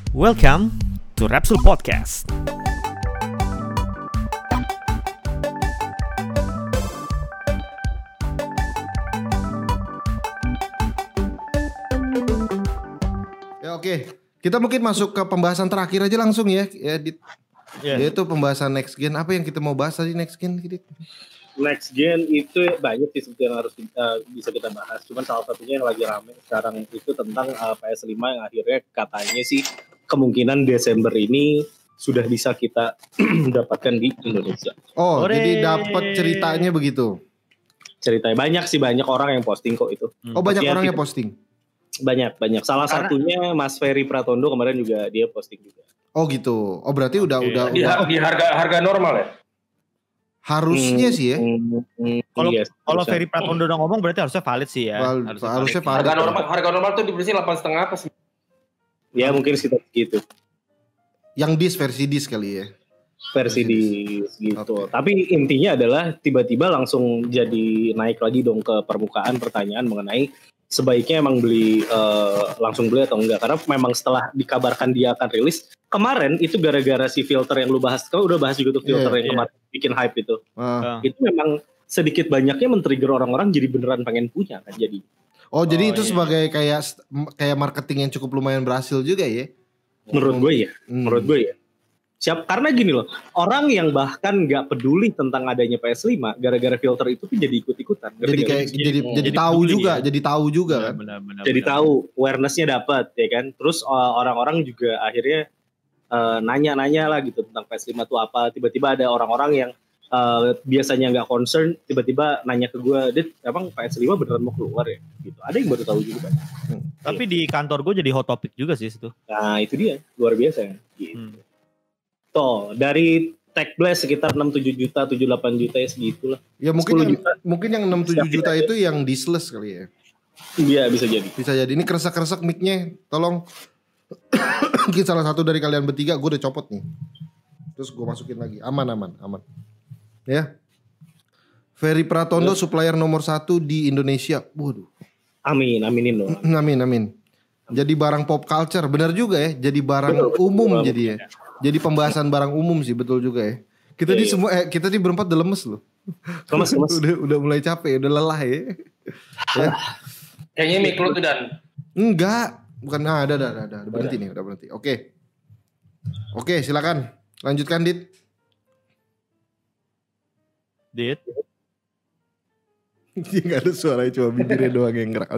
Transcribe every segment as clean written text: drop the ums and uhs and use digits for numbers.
Welcome to Rapsul Podcast. Ya oke, kita mungkin masuk ke pembahasan terakhir aja langsung ya, yaitu pembahasan next gen. Apa yang kita mau bahas tadi next gen, Dit? Next gen itu banyak sih sebetulnya yang harus bisa kita bahas. Cuman salah satunya yang lagi rame sekarang itu tentang PS5 yang akhirnya katanya sih kemungkinan Desember ini sudah bisa kita dapatkan di Indonesia. Oh, jadi dapat ceritanya begitu. Ceritanya banyak orang yang posting kok itu. Oh, banyak orang yang posting. Banyak. Salah satunya Mas Ferry Pratondo kemarin juga dia posting juga. Oh gitu. Oh berarti udah di harga normal ya? Harusnya sih ya. Kalau Ferry Pratondo udah ngomong berarti harusnya valid sih ya. Harusnya valid. Harga normal tuh di bersih 8,5 apa sih? Ya mungkin sekitar gitu. Yang versi disc kali ya. Versi disc gitu. Okay. Tapi intinya adalah tiba-tiba langsung jadi naik lagi dong ke permukaan pertanyaan mengenai sebaiknya emang langsung beli atau enggak, karena memang setelah dikabarkan dia akan rilis kemarin itu gara-gara si filter yang lu bahas, kau udah bahas juga tuh filter yang kemarin bikin hype itu. Itu memang sedikit banyaknya men-trigger orang-orang jadi beneran pengen punya kan jadi. Jadi itu sebagai kayak marketing yang cukup lumayan berhasil juga ya. Menurut gue ya. Karena gini loh, orang yang bahkan nggak peduli tentang adanya PS5 gara-gara filter itu tuh jadi ikut-ikutan. Jadi tahu juga, jadi tahu juga kan. Benar, jadi tahu, awareness-nya dapat ya kan. Terus orang-orang juga akhirnya nanya-nanya lah gitu tentang PS5 itu apa. Tiba-tiba ada orang-orang yang biasanya nggak concern, tiba-tiba nanya ke gue, "Dit, emang PS5 beneran mau keluar ya?" Gitu. Ada yang baru tahu juga kan. Tapi di kantor gue jadi hot topic juga sih itu. Nah itu dia, luar biasa ya. Gitu. Toh dari Tech Blast sekitar 6-7 juta, 7-8 juta ya segitulah. Ya mungkin yang 6-7 juta itu yang diskless kali ya. Iya bisa jadi. Bisa jadi. Ini keresak-keresak mic-nya. Tolong. Mungkin salah satu dari kalian bertiga gue udah copot nih. Terus gue masukin lagi. Aman. Ya. Ferry Pratondo supplier nomor 1 di Indonesia. Waduh. Aminin dong. Amin. Jadi barang pop culture. Benar juga ya. Jadi barang umum jadi ya. Jadi pembahasan barang umum sih, betul juga ya. Kita kita berempat udah lemes loh. Lemes. udah mulai capek, udah lelah ya. Ya. Kayaknya mic lu tuh Dan. Enggak, bukan. Ada. Berhenti nih, udah berhenti. Oke, silakan. Lanjutkan, Dit. Dia gak ada suaranya, cuma bibirnya doang yang gerak.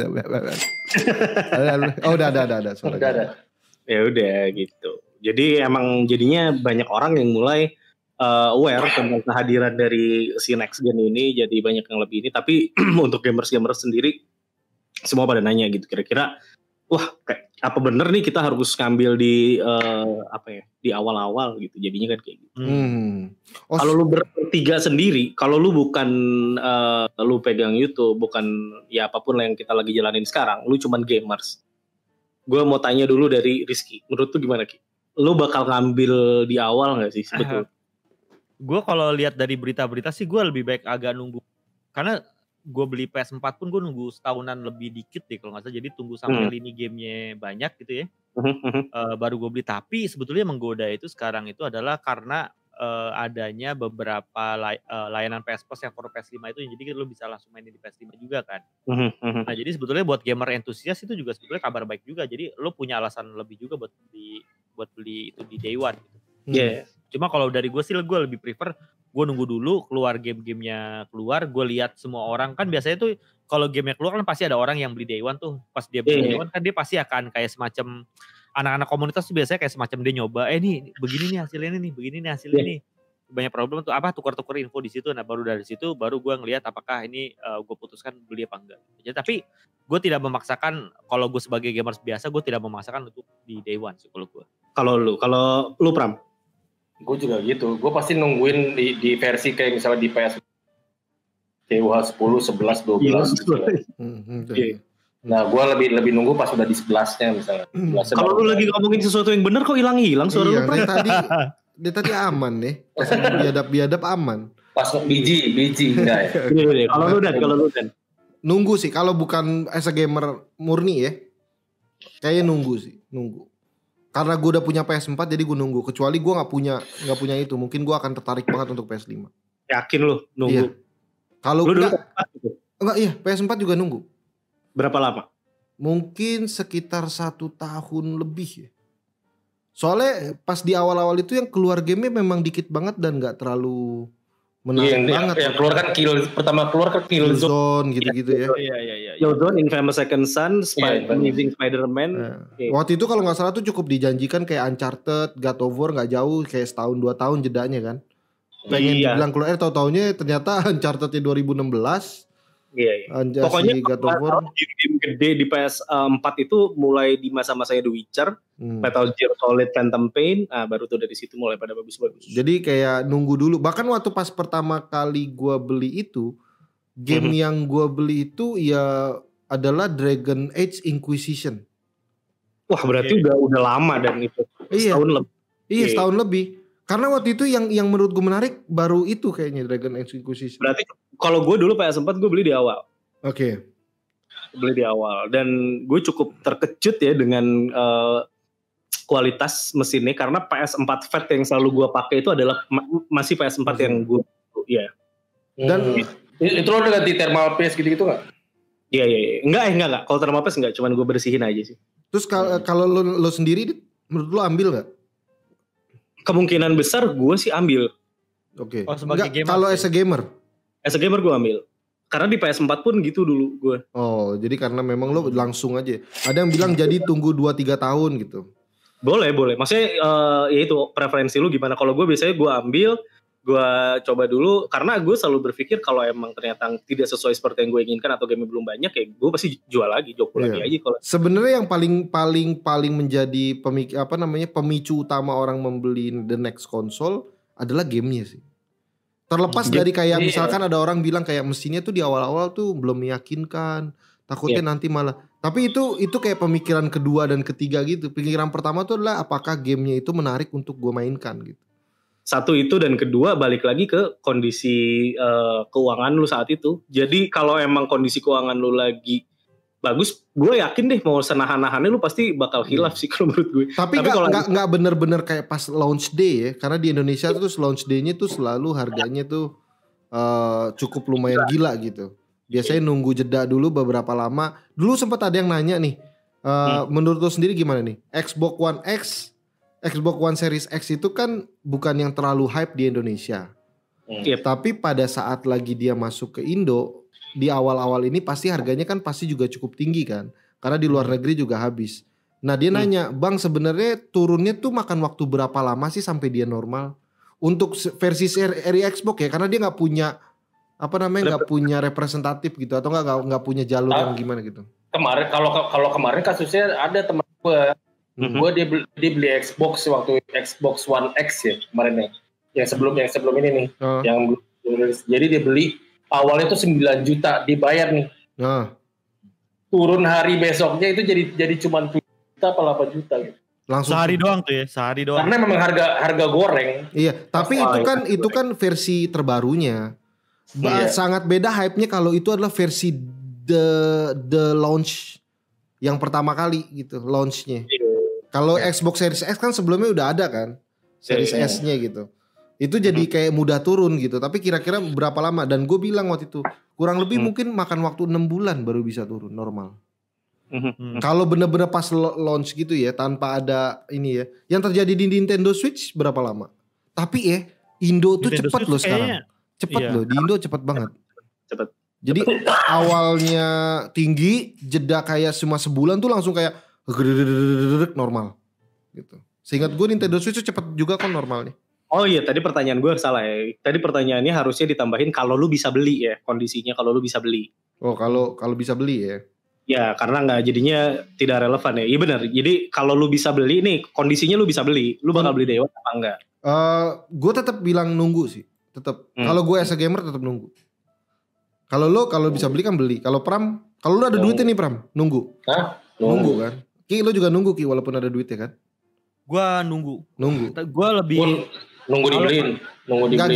Oh, udah ada suara. Udah ada. Ya udah gitu. Jadi emang jadinya banyak orang yang mulai aware tentang kehadiran dari si next gen ini, jadi banyak yang lebih ini. Tapi untuk gamers sendiri semua pada nanya gitu, kira-kira wah kayak apa bener nih kita harus ngambil di di awal-awal gitu, jadinya kan kayak gitu. Kalau lu bertiga sendiri, kalau lu bukan lu pegang YouTube, bukan ya apapun yang kita lagi jalanin sekarang, lu cuman gamers. Gue mau tanya dulu dari Rizky, menurut lu gimana Ki? Lu bakal ngambil di awal gak sih sebetulnya? Gue kalau lihat dari berita-berita sih gue lebih baik agak nunggu. Karena gue beli PS4 pun gue nunggu setahunan lebih dikit deh kalau gak salah. Jadi tunggu sampai lini gamenya banyak gitu ya. Baru gue beli. Tapi sebetulnya menggoda itu sekarang itu adalah karena adanya beberapa layanan PS Plus yang for PS5 itu. Jadi lu bisa langsung mainin di PS5 juga kan. Nah jadi sebetulnya buat gamer entusias itu juga sebetulnya kabar baik juga. Jadi lu punya alasan lebih juga buat beli itu di day one gitu. Cuma kalau dari gue sih gue lebih prefer gue nunggu dulu keluar game-gamenya keluar, gue lihat semua orang kan biasanya tuh kalau gamenya keluar kan pasti ada orang yang beli day one tuh. Pas dia beli day one kan dia pasti akan kayak semacam anak-anak komunitas tuh biasanya kayak semacam dia nyoba, nih begini nih hasilnya nih, begini nih hasilnya nih. Banyak problem tuh tukar-tukar info di situ. Nah baru dari situ baru gue ngelihat apakah ini gue putuskan beli apa enggak. Jadi tapi gue tidak memaksakan, kalau gue sebagai gamers biasa gue tidak memaksakan untuk di day one sih kalau gue. Kalau lu Pram? Gue juga gitu. Gue pasti nungguin di versi kayak misalnya di PS TUH 10, 11, 12 gitu. Nah, gue lebih nunggu pas udah di 11-nya misalnya. Kalau lu lagi ngomongin sesuatu yang bener kok hilang suara lu. Dia tadi aman nih. Pas biadab aman. Pas biji enggak ya. Kalau lu Dan. Nunggu sih, kalau bukan as a gamer murni ya. Kayaknya nunggu. karena gue udah punya PS4 jadi gue nunggu. Kecuali gue nggak punya itu, mungkin gue akan tertarik banget untuk PS5. Yakin lu nunggu? Iya. Kalau lu enggak, iya PS4 juga nunggu. Berapa lama? Mungkin sekitar 1 tahun lebih ya. Soalnya pas di awal-awal itu yang keluar game memang dikit banget dan nggak terlalu menarik banget. Yang keluar kan pertama keluar kan Killzone gitu-gitu ya. Iya. Killzone, Infamous Second Son, Amazing Spider-Man. Waktu itu kalau nggak salah tuh cukup dijanjikan kayak Uncharted, God of War nggak jauh kayak setahun 2 tahun jedanya kan. Pengen dibilang keluar tahu-taunya ternyata Uncharted-nya 2016. Iya. Pokoknya game gede di PS4 itu mulai di masa-masanya The Witcher, Metal Gear Solid, Phantom Pain, baru tuh dari situ mulai pada bagus-bagus. Jadi kayak nunggu dulu. Bahkan waktu pas pertama kali gue beli itu, game yang gue beli itu ya adalah Dragon Age Inquisition. Wah berarti udah lama dan itu setahun lebih. Iya setahun lebih. Karena waktu itu yang menurut gue menarik baru itu kayaknya Dragon Age Inquisition. Berarti kalau gue dulu PS4 gue beli di awal. Oke. Beli di awal dan gue cukup terkejut ya dengan kualitas mesinnya karena PS4 Fat yang selalu gue pakai itu adalah masih PS4 yang gue ya. Dan itu lo udah ganti thermal paste gitu nggak? Iya. Enggak. Kalau thermal paste enggak, cuman gue bersihin aja sih. Terus kalau lo sendiri menurut lo ambil nggak? Kemungkinan besar gue sih ambil. Oke. Kalau as a gamer? As a gamer gue ambil. Karena di PS4 pun gitu dulu gue. Oh, jadi karena memang lo langsung aja. Ada yang bilang jadi tunggu 2-3 tahun gitu. Boleh. Maksudnya ya itu preferensi lu gimana. Kalau gue biasanya gue ambil, gue coba dulu. Karena gue selalu berpikir kalau emang ternyata tidak sesuai seperti yang gue inginkan atau game belum banyak, ya gue pasti jual lagi lagi aja. Kalau sebenarnya yang paling menjadi pemicu utama orang membeli the next console adalah gamenya sih. Terlepas dari kayak misalkan ada orang bilang kayak mesinnya tuh di awal-awal tuh belum meyakinkan, takutnya nanti malah. Tapi itu kayak pemikiran kedua dan ketiga gitu. Pikiran pertama tuh adalah apakah gamenya itu menarik untuk gue mainkan gitu. Satu itu, dan kedua balik lagi ke kondisi keuangan lu saat itu. Jadi kalau emang kondisi keuangan lu lagi bagus, gue yakin deh mau senahan-nahannya lu pasti bakal hilaf sih kalau menurut gue. Tapi nggak bener-bener kayak pas launch day ya, karena di Indonesia tuh launch day-nya tuh selalu harganya tuh cukup lumayan gila gitu. Biasanya nunggu jeda dulu beberapa lama. Dulu sempat ada yang nanya nih, menurut lu sendiri gimana nih? Xbox One X, Xbox One Series X itu kan bukan yang terlalu hype di Indonesia. Tapi pada saat lagi dia masuk ke Indo, di awal-awal ini pasti harganya kan pasti juga cukup tinggi kan, karena di luar negeri juga habis. Nah dia nanya, bang sebenarnya turunnya tuh makan waktu berapa lama sih sampai dia normal untuk versi seri Xbox ya, karena dia nggak punya nggak punya representatif gitu, atau nggak punya jalur yang gimana gitu. Kemarin kalau kemarin kasusnya ada teman gue dia beli Xbox waktu Xbox One X ya kemarin yang sebelum ini nih, jadi dia beli awalnya tuh 9 juta dibayar nih. Turun hari besoknya itu jadi cuma 7 juta apa 8 juta gitu. Langsung sehari doang. Karena memang harga goreng. Iya, tapi itu kan versi terbarunya. Sangat beda hype-nya kalau itu adalah versi the launch yang pertama kali gitu, launch-nya. Kalau Xbox Series X kan sebelumnya udah ada kan, Series S-nya gitu. Itu jadi kayak mudah turun gitu. Tapi kira-kira berapa lama? Dan gue bilang waktu itu kurang lebih mungkin makan waktu 6 bulan baru bisa turun normal. Kalau bener-bener pas launch gitu ya, tanpa ada ini ya. Yang terjadi di Nintendo Switch berapa lama? Tapi ya Indo tuh cepat loh sekarang. Cepat loh, di Indo cepat banget. Cepat. Jadi awalnya tinggi, jeda kayak cuma sebulan tuh langsung kayak normal gitu. Seingat gue Nintendo Switch tuh cepat juga kan normalnya. Oh iya, tadi pertanyaan gue salah ya. Tadi pertanyaannya harusnya ditambahin kalau lu bisa beli ya, kondisinya kalau lu bisa beli. Oh, kalau bisa beli ya. Ya, karena nggak jadinya tidak relevan ya. Iya benar. Jadi kalau lu bisa beli nih, kondisinya lu bisa beli. Lu bakal beli Day One apa enggak? Gue tetap bilang nunggu sih. Tetap. Kalau gue as a gamer tetap nunggu. Kalau bisa beli kan beli. Kalau Pram, kalau lu ada duitnya nih Pram, nunggu. Hah? Nunggu kan? Ki lu juga nunggu Ki walaupun ada duitnya kan? Gua nunggu. Nunggu. Gua lebih Nunggu dibeliin. Nggak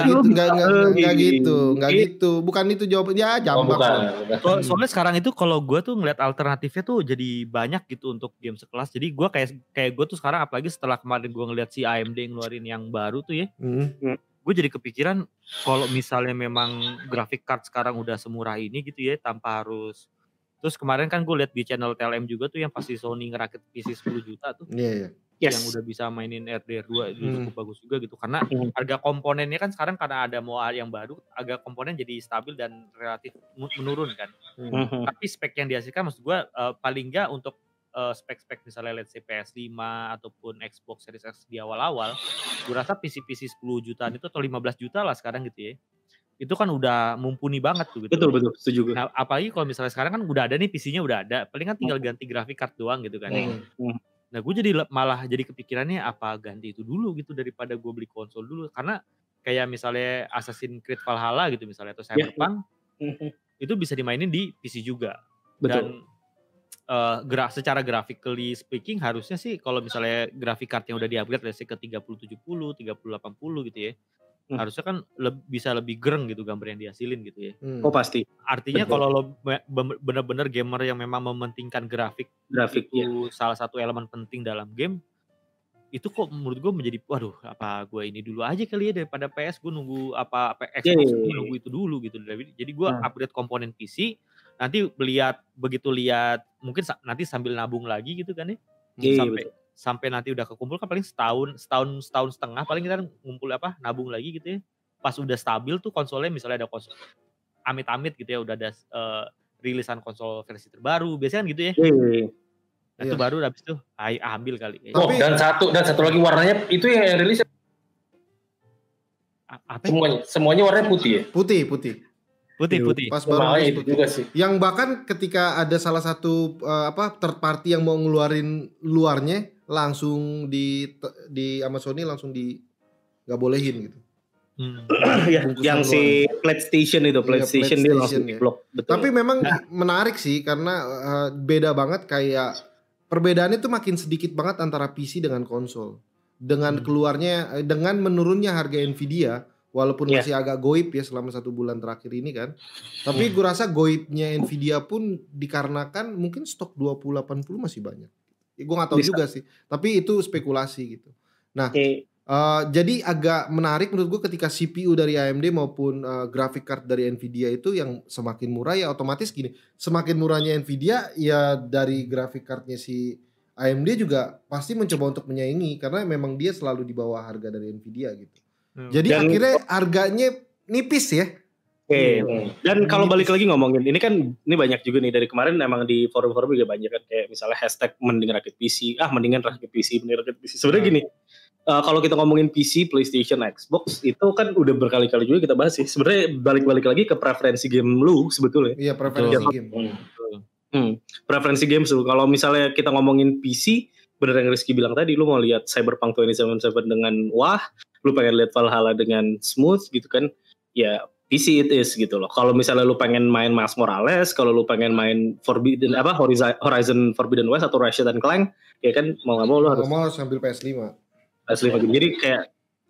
gitu. Bukan itu jawabannya, ya jambak. Soalnya sekarang itu kalau gue tuh ngeliat alternatifnya tuh jadi banyak gitu untuk game sekelas. Jadi gue kayak gue tuh sekarang apalagi setelah kemarin gue ngeliat si AMD ngeluarin yang baru tuh ya. Gue jadi kepikiran kalau misalnya memang graphic card sekarang udah semurah ini gitu ya, tanpa harus. Terus kemarin kan gue liat di channel TLM juga tuh yang pasti Sony ngerakit PC 10 juta tuh. Iya. Yang udah bisa mainin RDR2 itu cukup bagus juga gitu. Karena harga komponennya kan sekarang karena ada MOA yang baru, harga komponen jadi stabil dan relatif menurun kan. Tapi spek yang dihasilkan maksud gue paling nggak untuk spek-spek misalnya let's say PS5 ataupun Xbox Series X di awal-awal, gue rasa PC 10 jutaan itu atau 15 juta lah sekarang gitu ya. Itu kan udah mumpuni banget tuh gitu. Betul, setuju gue. Nah, apalagi kalau misalnya sekarang kan udah ada nih PC-nya udah ada, paling kan tinggal ganti graphic card doang gitu kan. Nah gue malah jadi kepikirannya apa ganti itu dulu gitu daripada gue beli konsol dulu. Karena kayak misalnya Assassin's Creed Valhalla gitu misalnya atau Cyberpunk itu bisa dimainin di PC juga. Betul. Dan secara graphically speaking harusnya sih kalau misalnya graphic card yang udah di-upgrade ke 3070, 3080 gitu ya. Harusnya kan bisa lebih gereng gitu gambar yang dihasilin gitu ya. Oh pasti. Artinya kalau lo bener-bener gamer yang memang mementingkan grafik itu salah satu elemen penting dalam game, itu kok menurut gue menjadi waduh apa gue ini dulu aja kali ya daripada PS gue nunggu apa Xbox gue nunggu itu dulu gitu. Jadi gue upgrade komponen PC, nanti begitu lihat mungkin nanti sambil nabung lagi gitu kan ya. Sampai nanti udah kekumpul kan paling setahun setengah paling kita ngumpul nabung lagi gitu ya. Pas udah stabil tuh konsolnya misalnya ada konsol amit-amit gitu ya udah ada rilisan konsol versi terbaru biasanya kan gitu ya. Nah, itu baru habis itu ambil kali. Dan satu lagi warnanya itu yang rilis apa? Semuanya warnanya putih ya? Putih. Pas baru itu juga sih. Yang bahkan ketika ada salah satu third party yang mau ngeluarin luarnya langsung di Amazon langsung nggak bolehin gitu. Yang si PlayStation itu PlayStation dia langsung diblok. Tapi memang menarik sih karena beda banget kayak perbedaannya tuh makin sedikit banget antara PC dengan konsol. Dengan keluarnya dengan menurunnya harga Nvidia walaupun masih agak goib ya selama 1 bulan terakhir ini kan. Tapi gue rasa goibnya Nvidia pun dikarenakan mungkin stok 2080 masih banyak. Ya, gue gak tahu juga sih. Tapi itu spekulasi gitu. Nah jadi agak menarik menurut gue ketika CPU dari AMD maupun graphic card dari Nvidia itu yang semakin murah ya otomatis gini. Semakin murahnya Nvidia ya dari graphic cardnya si AMD juga pasti mencoba untuk menyaingi. Karena memang dia selalu di bawah harga dari Nvidia gitu. Jadi akhirnya harganya nipis ya. Dan kalau balik lagi ngomongin ini kan ini banyak juga nih dari kemarin emang di forum-forum juga banyak kan kayak misalnya hashtag mending rakit PC, mendingan rakit PC. Sebenarnya gini, kalau kita ngomongin PC, PlayStation, Xbox itu kan udah berkali-kali juga kita bahas sih. Sebenarnya balik lagi ke preferensi game lu sebetulnya. Iya, preferensi game. Preferensi game lu. Kalau misalnya kita ngomongin PC, bener yang Rizky bilang tadi, lu mau lihat Cyberpunk 2077 dengan lu pengen lihat Valhalla dengan smooth gitu kan, ya PC it is gitu loh. Kalau misalnya lu pengen main Miles Morales, kalau lu pengen main Horizon Forbidden West atau Ratchet & Clank, ya kan mau nggak mau lu harus sambil PS5. Jadi kayak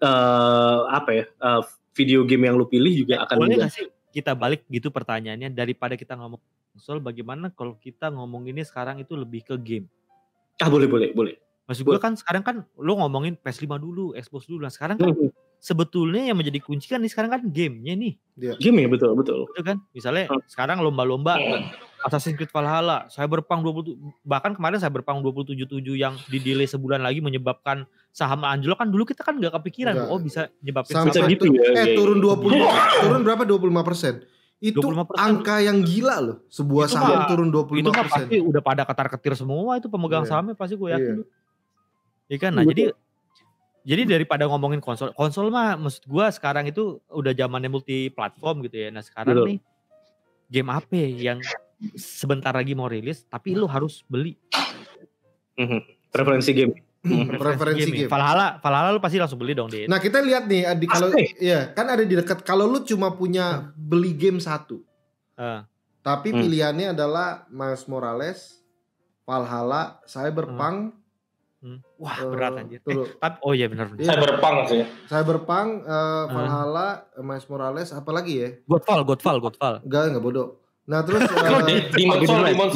video game yang lu pilih juga akan. Boleh nggak sih kita balik gitu pertanyaannya daripada kita ngomong konsol, bagaimana kalau kita ngomong ini sekarang itu lebih ke game? Boleh. Maksud gue kan sekarang kan lu ngomongin PS5 dulu, Xbox dulu. Nah sekarang kan sebetulnya yang menjadi kunci kan nih sekarang kan gamenya nih. Game ya betul. Betul kan? Misalnya sekarang lomba-lomba Assassin's Creed Valhalla, Cyberpunk 20, bahkan kemarin Cyberpunk 2077 yang di-delay sebulan lagi menyebabkan saham anjlok kan dulu kita kan nggak kepikiran bisa nyebabin bisa gitu ya. Turun 20, turun berapa 25%. Itu 25%. Angka yang gila loh. Sebuah saham turun 25%. Itu mah pasti udah pada ketar-ketir semua itu pemegang sahamnya pasti gue yakin. Iya kan? Nah, jadi daripada ngomongin konsol mah maksud gue sekarang itu udah zamannya multi platform gitu ya. Nah, sekarang nih game apa yang sebentar lagi mau rilis tapi lu harus beli. Preferensi game. Preferensi game. Valhalla lu pasti langsung beli dong, Din. Nah, kita lihat nih kalau kan ada di dekat kalau lu cuma punya beli game satu. Tapi pilihannya adalah Miles Morales, Valhalla, Cyberpunk Wah berat anjir. Tuh. Tapi oh iya benar. Cyberpunk sih. Cyberpunk, Valhalla, Miles Morales, apa lagi ya? Godfall. Enggak bodoh. Nah terus Demon's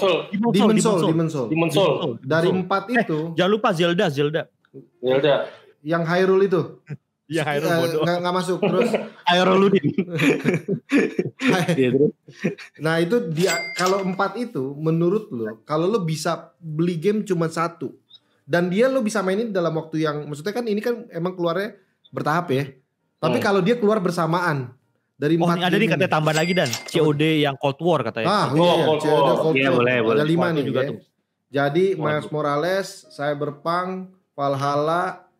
Soul. Dari 4 itu. Jangan lupa Zelda. Yang Hyrule itu. Iya Hyrule bodoh. Nggak masuk terus. Hyrule. Nah itu dia kalau 4 itu menurut lo, kalau lo bisa beli game cuma 1 dan dia lo bisa mainin dalam waktu yang, maksudnya kan ini kan emang keluarnya bertahap ya. Tapi kalau dia keluar bersamaan dari 4 ini ada nih katanya tambah lagi dan COD yang Cold War katanya. Cold War. Iya boleh. Ada 5 nih juga ya. tuh. Jadi Miles Morales, Cyberpunk, Valhalla,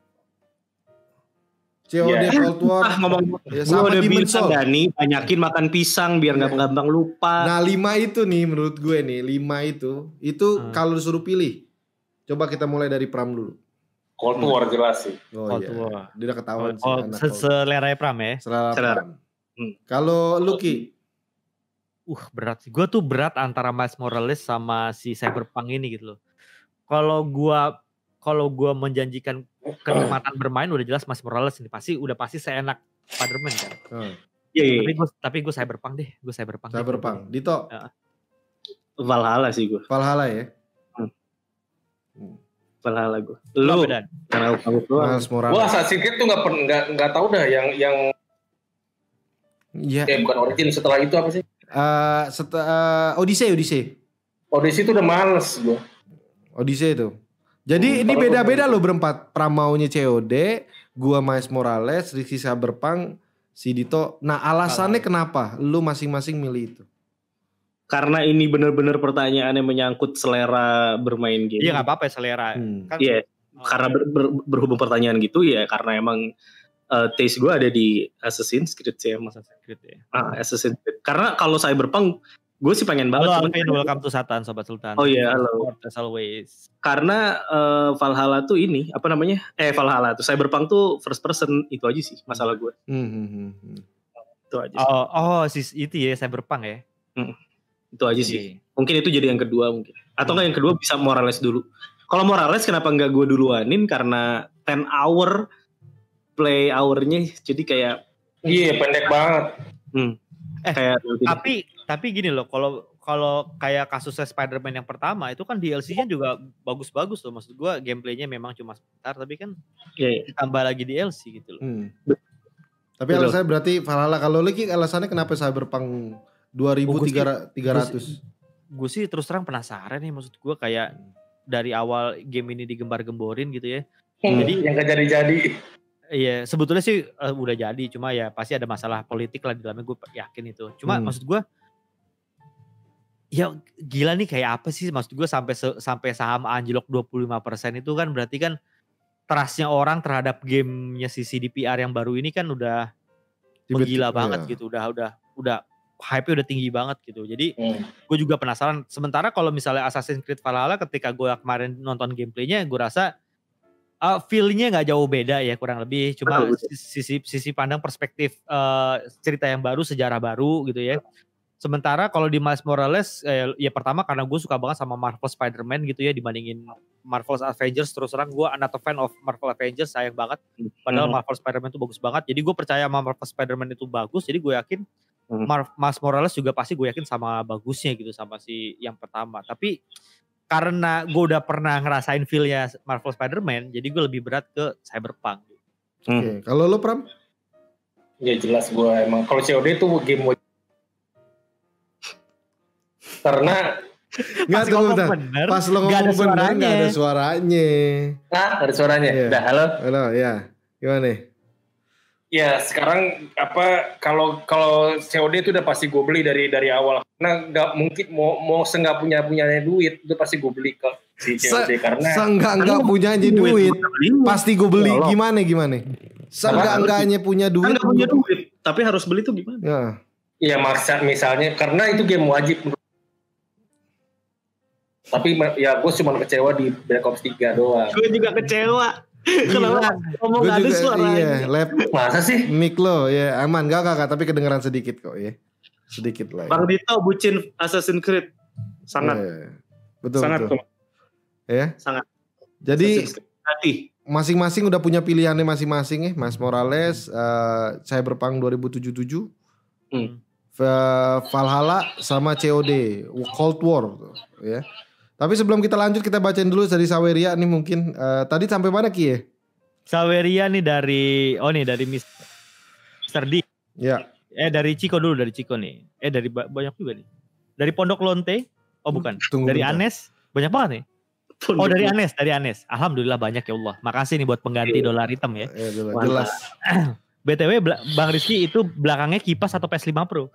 COD Cold War, sama Demon's Soul. Dani banyakin makan pisang biar nggak gampang lupa. Nah 5 itu nih menurut gue nih 5 itu kalau disuruh pilih, coba kita mulai dari Pram dulu. Cold War jelas sih. Cold War. Dia udah ketahuan sih. Selera Pram ya. Selera. Kalau Lucky, berat sih. Gue tuh berat antara Miles Morales sama si Cyberpunk ini gitu loh. Kalau gue menjanjikan kenikmatan bermain udah jelas Miles Morales ini udah pasti seenak Spider-Man kan. Iya. Tapi gue Cyberpunk deh. Cyberpunk. Dito. Valhalla sih gue. Valhalla ya. Valhalla gue. Lu karena aku Miles Morales. Gua Assassin's Creed tuh nggak tahu dah yang bukan Origin, setelah itu apa sih? Odyssey. Odyssey itu udah males gue. Odyssey itu. Jadi ini beda-beda loh berempat. Pramaunya COD, gua Miles Morales, Rizky Cyberpunk, si Dito. Nah alasannya kenapa lu masing-masing milih itu? Karena ini benar-benar pertanyaan yang menyangkut selera bermain game. Iya nggak apa-apa selera. Iya. Karena berhubung pertanyaan gitu ya karena emang taste gue ada di Assassin's Creed sih emang. Assassin's Creed. Karena kalau Cyberpunk gue sih pengen banget. Halo Alvin, welcome to Satan Sobat Sultan. Oh iya halo. As always. Karena Valhalla tuh ini apa namanya? Valhalla tuh Cyberpunk tuh first person itu aja sih masalah gue. Itu aja. Sih. Itu ya Cyberpunk ya. Itu aja sih. Mungkin itu jadi yang kedua mungkin. Atau enggak yang kedua bisa Morales dulu. Kalau Morales kenapa enggak gue duluanin karena 10 hour play hour-nya jadi kayak pendek banget. Tapi gini loh, kalau kayak kasusnya Spider-Man yang pertama itu kan DLC-nya juga bagus-bagus loh. Maksud gue gameplaynya memang cuma sebentar tapi kan ditambah lagi DLC gitu loh. Tapi alasannya berarti Valhalla. Kalau lagi alasannya kenapa Cyberpunk 2300? Gue sih terus terang penasaran nih, maksud gue kayak dari awal game ini digembar-gemborin gitu ya. Jadi yang gak jadi-jadi. Iya, sebetulnya sih udah jadi, cuma ya pasti ada masalah politik lah di dalamnya, gue yakin itu. Cuma maksud gue, ya gila nih kayak apa sih? Maksud gue sampai saham anjlok 25% itu kan berarti kan trustnya orang terhadap gamenya si CDPR yang baru ini kan udah menggila banget gitu, udah hype-nya udah tinggi banget gitu. Jadi gue juga penasaran. Sementara kalau misalnya Assassin's Creed Valhalla ketika gue kemarin nonton gameplaynya, gue rasa feel-nya nggak jauh beda ya kurang lebih. Cuma sisi pandang perspektif cerita yang baru, sejarah baru gitu ya. Sementara kalau di Miles Morales, ya pertama karena gue suka banget sama Marvel Spider-Man gitu ya dibandingin Marvel's Avengers. Terus terang gue not a fan of Marvel Avengers, sayang banget. Padahal Marvel Spider-Man itu bagus banget. Jadi gue percaya Marvel Spider-Man itu bagus. Jadi gue yakin Miles Morales juga pasti gue yakin sama bagusnya gitu sama si yang pertama. Tapi karena gue udah pernah ngerasain feel-nya Marvel Spider-Man, jadi gue lebih berat ke Cyberpunk. Oke. Kalau lo Pram? Ya jelas gue emang kalau COD itu game karena pas lo ngomong bener nggak ada suaranya. Ada suaranya. Yeah. Dah halo. Halo ya. Gimana? Ya sekarang kalau COD itu udah pasti gue beli dari awal. Nah nggak mungkin mau nggak punya duit itu pasti gue beli ke si COD karena nggak punya aja duit pasti gue beli. Gimana? Nggaknya punya duit. Nggak punya duit tapi harus beli tuh gimana? Iya misalnya karena itu game wajib. Tapi ya gue cuma kecewa di Black Ops 3 doang. Gue juga kecewa. Kenapa ngomong gak ada suaranya? Masa sih? Mic lo ya aman gak tapi kedengeran sedikit kok ya. Sedikit lah. Bang Dito bucin Assassin's Creed. Sangat. Betul. Sangat. Ya? Sangat. Jadi masing-masing udah punya pilihannya masing-masing ya. Mas Morales, Cyberpunk 2077, Valhalla sama COD, Cold War ya. Tapi sebelum kita lanjut kita bacain dulu dari Saweria nih mungkin. Tadi sampai mana Ki ya? Saweria nih dari Mr. D. Ya. Dari Ciko dulu, dari Ciko nih. Dari banyak juga nih. Dari Pondok Lonte. Oh bukan. Dari bentar. Anes. Banyak banget nih. Dari Anes. Alhamdulillah banyak ya Allah. Makasih nih buat pengganti dolar hitam ya. Jelas. BTW Bang Rizky itu belakangnya kipas atau PS5 Pro?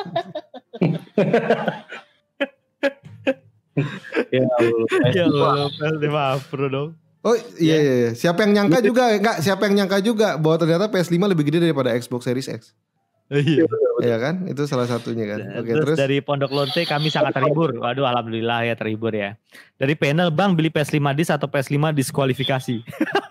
Ya Allah. PS5 Pro dong. Oh iya. Siapa yang nyangka juga siapa yang nyangka juga bahwa ternyata PS5 lebih gede daripada Xbox Series X. Iya kan? Itu salah satunya kan. Oke, terus dari Pondok Lonte kami sangat terhibur. Waduh, alhamdulillah ya terhibur ya. Dari panel Bang beli PS5 disc atau PS5 diskualifikasi.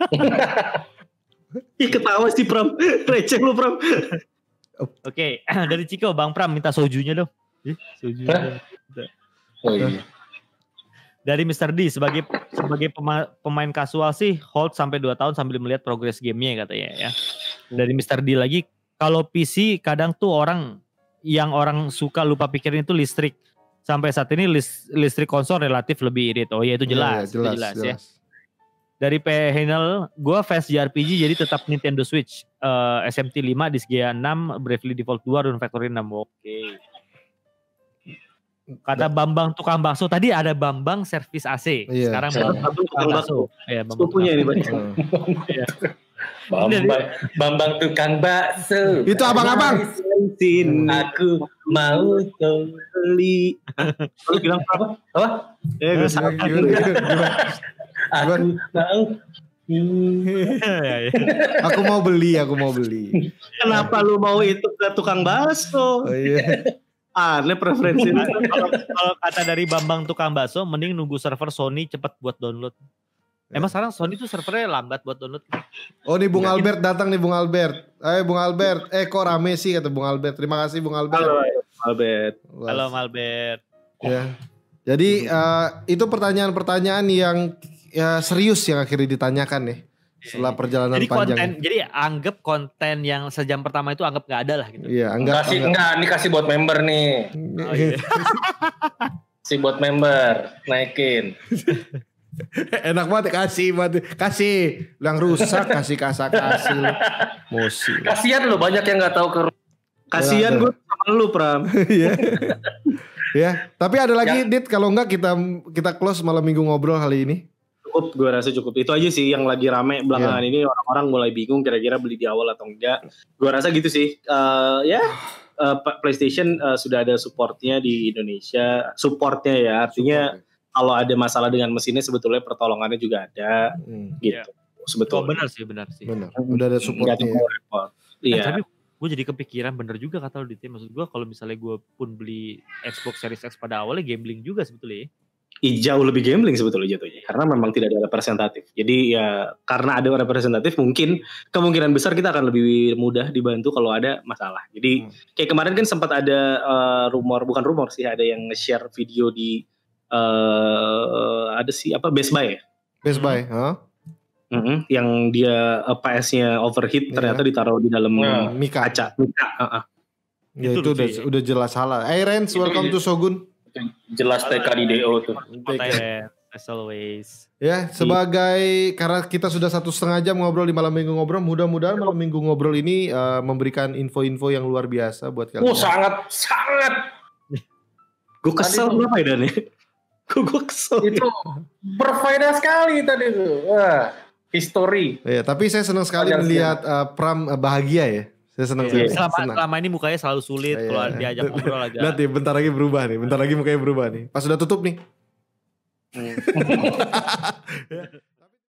Ih ketawa sih Pram. Receh lu Pram. Oke, dari Ciko Bang Pram minta sojunya dong. Sojunya. Oh iya. Dari Mr. D sebagai pemain kasual sih hold sampai 2 tahun sambil melihat progres gamenya katanya ya. Dari Mr. D lagi, kalau PC kadang tuh orang suka lupa pikirin itu listrik. Sampai saat ini listrik konsol relatif lebih irit. Oh ya itu jelas ya. Dari panel, gue fast JRPG jadi tetap Nintendo Switch. SMT 5, Disgaea 6, Bravely Default 2, Rune Factory 6. Oke. Kata Bambang tukang bakso, tadi ada Bambang servis AC. Iya. Sekarang Bambang tukang bakso. Iya, Bambang punya ini Bang. Bambang tukang bakso. Itu abang-abang. Aku mau beli. Lu bilang apa? Gue salah. Aku mau. Aku mau beli. Kenapa lu mau itu ke tukang bakso? Oh iya. Aneh preferensi. Kalau kata dari Bambang tukang bakso, mending nunggu server Sony cepet buat download. Emang sekarang Sony tuh servernya lambat buat download. Oh nih Bung Albert datang nih Bung Albert. Bung Albert. Kok rame sih kata Bung Albert. Terima kasih Bung Albert. Halo Albert. Ya. Jadi itu pertanyaan-pertanyaan yang serius yang akhirnya ditanyakan nih. Setelah perjalanan panjang. Jadi anggap konten yang sejam pertama itu anggap nggak ada lah gitu. Iya, enggak. Ini kasih buat member nih. Oh, iya. Kasih buat member, naikin. Enak banget kasih. Yang rusak kasih. Mosi. Kasihan lo banyak yang nggak tahu Kasihan gue sama lu Pram. Iya. Ya, tapi ada lagi Dit kalau enggak kita close malam minggu ngobrol kali ini. Cukup, gue rasa cukup. Itu aja sih yang lagi rame belakangan ini, orang-orang mulai bingung kira-kira beli di awal atau enggak. Gue rasa gitu sih. PlayStation sudah ada supportnya di Indonesia. Supportnya ya, artinya kalau ada masalah dengan mesinnya sebetulnya pertolongannya juga ada. Gitu. Sebetulnya. Benar sih. Benar. Udah ada supportnya. Iya. Tapi gue jadi kepikiran bener juga kata lu Dit. Maksud gue kalau misalnya gue pun beli Xbox Series X pada awalnya gambling juga sebetulnya ya. Jauh lebih gambling sebetulnya jatuhnya karena memang tidak ada representatif. Jadi ya karena ada representatif mungkin kemungkinan besar kita akan lebih mudah dibantu kalau ada masalah. Jadi kayak kemarin kan sempat ada bukan rumor sih, ada yang nge-share video di ada sih Best Buy ya. Best Buy, yang dia PS-nya overheat ternyata ditaruh di dalam kaca. Ya itu udah jelas salah. Rens, welcome to Shogun. Jelas TK di DO tuh. As always. Ya, sebagai karena kita sudah 1,5 jam ngobrol di malam minggu ngobrol, mudah-mudahan malam minggu ngobrol ini memberikan info-info yang luar biasa buat kalian. Sangat. Gue kesel kenapa ya Dan? Gue kesel. Itu berfaedah sekali tadi tuh. Wah, history. Ya, tapi saya senang sekali melihat Pram bahagia ya. Saya senang sekali. Selama ini mukanya selalu sulit kalau diajak ngobrol agak. Lihat nih, bentar lagi berubah nih. Bentar lagi mukanya berubah nih. Pas sudah tutup nih.